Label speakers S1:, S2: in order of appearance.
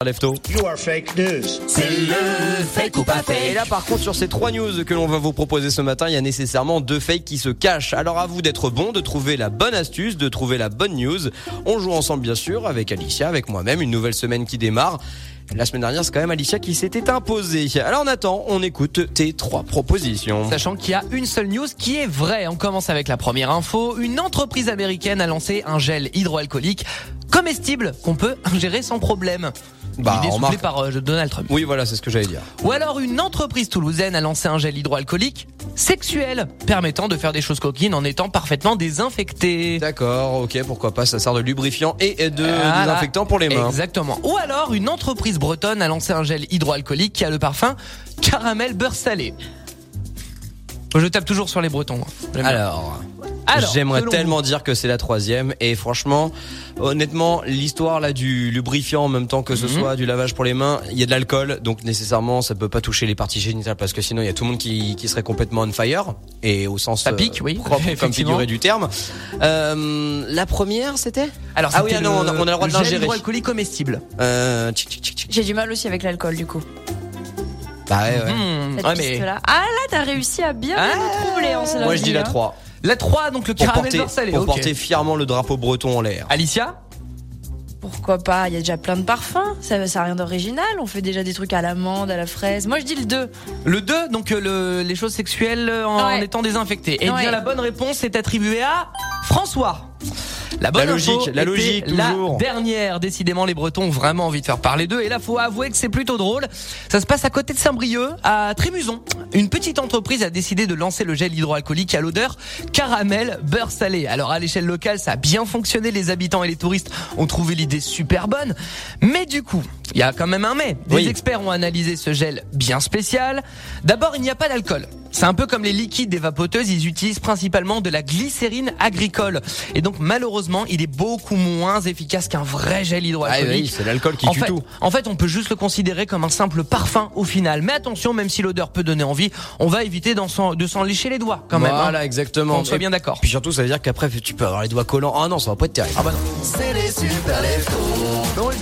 S1: Lefto.
S2: You are fake news.
S3: C'est le fake ou pas fake.
S1: Et là par contre sur ces 3 news que l'on va vous proposer ce matin, il y a nécessairement 2 fakes qui se cachent. Alors à vous d'être bon, de trouver la bonne astuce, de trouver la bonne news. On joue ensemble bien sûr avec Alicia, avec moi-même, une nouvelle semaine qui démarre. La semaine dernière, c'est quand même Alicia qui s'était imposée. Alors Nathan, on écoute tes 3 propositions.
S3: Sachant qu'il y a une seule news qui est vraie. On commence avec la première info. Une entreprise américaine a lancé un gel hydroalcoolique comestible qu'on peut ingérer sans problème. Idée soufflée par Donald Trump.
S1: Oui, voilà, c'est ce que j'allais dire.
S3: Ou alors une entreprise toulousaine a lancé un gel hydroalcoolique sexuel permettant de faire des choses coquines en étant parfaitement désinfecté.
S1: D'accord, ok, pourquoi pas, ça sert de lubrifiant et de désinfectant pour les mains.
S3: Exactement. Ou alors une entreprise bretonne a lancé un gel hydroalcoolique qui a le parfum caramel beurre salé. Je tape toujours sur les Bretons.
S1: Alors, j'aimerais tellement dire que c'est la 3e et franchement, honnêtement, l'histoire là du lubrifiant en même temps que ce soit du lavage pour les mains, il y a de l'alcool, donc nécessairement ça peut pas toucher les parties génitales parce que sinon il y a tout le monde qui serait complètement on fire et au sens
S3: ça pique, oui,
S1: propre comme figuré du terme. La première c'était
S3: alors
S1: on a le droit de l'ingérer.
S3: Gel hydroalcoolique comestible.
S4: J'ai du mal aussi avec l'alcool du coup.
S1: Bah ouais.
S4: Cette piste-là. Ah là, t'as réussi à bien nous troubler en cela.
S1: Moi je dis la 3.
S3: La 3, donc le caramel beurre salé.
S1: Pour porter fièrement le drapeau breton en l'air.
S3: Alicia ?
S4: Pourquoi pas? Il y a déjà plein de parfums. Ça a rien d'original. On fait déjà des trucs à l'amande, à la fraise. Moi, je dis le 2.
S3: Le 2, donc les choses sexuelles en étant désinfectées. Et bien la bonne réponse est attribuée à François. La logique,
S1: toujours.
S3: La dernière, décidément, les Bretons ont vraiment envie de faire parler d'eux. Et là, faut avouer que c'est plutôt drôle. Ça se passe à côté de Saint-Brieuc, à Trémuson. Une petite entreprise a décidé de lancer le gel hydroalcoolique à l'odeur caramel beurre salé. Alors, à l'échelle locale, ça a bien fonctionné. Les habitants et les touristes ont trouvé l'idée super bonne. Mais du coup, il y a quand même un mais. Des experts ont analysé ce gel bien spécial. D'abord, il n'y a pas d'alcool. C'est un peu comme les liquides des vapoteuses, ils utilisent principalement de la glycérine agricole. Et donc malheureusement, il est beaucoup moins efficace qu'un vrai gel hydroalcoolique.
S1: Oui, c'est l'alcool qui tue tout.
S3: En fait, on peut juste le considérer comme un simple parfum au final. Mais attention, même si l'odeur peut donner envie, on va éviter de s'en lécher les doigts quand même.
S1: Voilà, exactement.
S3: On soit bien d'accord.
S1: Puis surtout, ça veut dire qu'après, tu peux avoir les doigts collants. Ah non, ça va pas être terrible.
S3: Ah bah non.
S5: C'est les super leftos.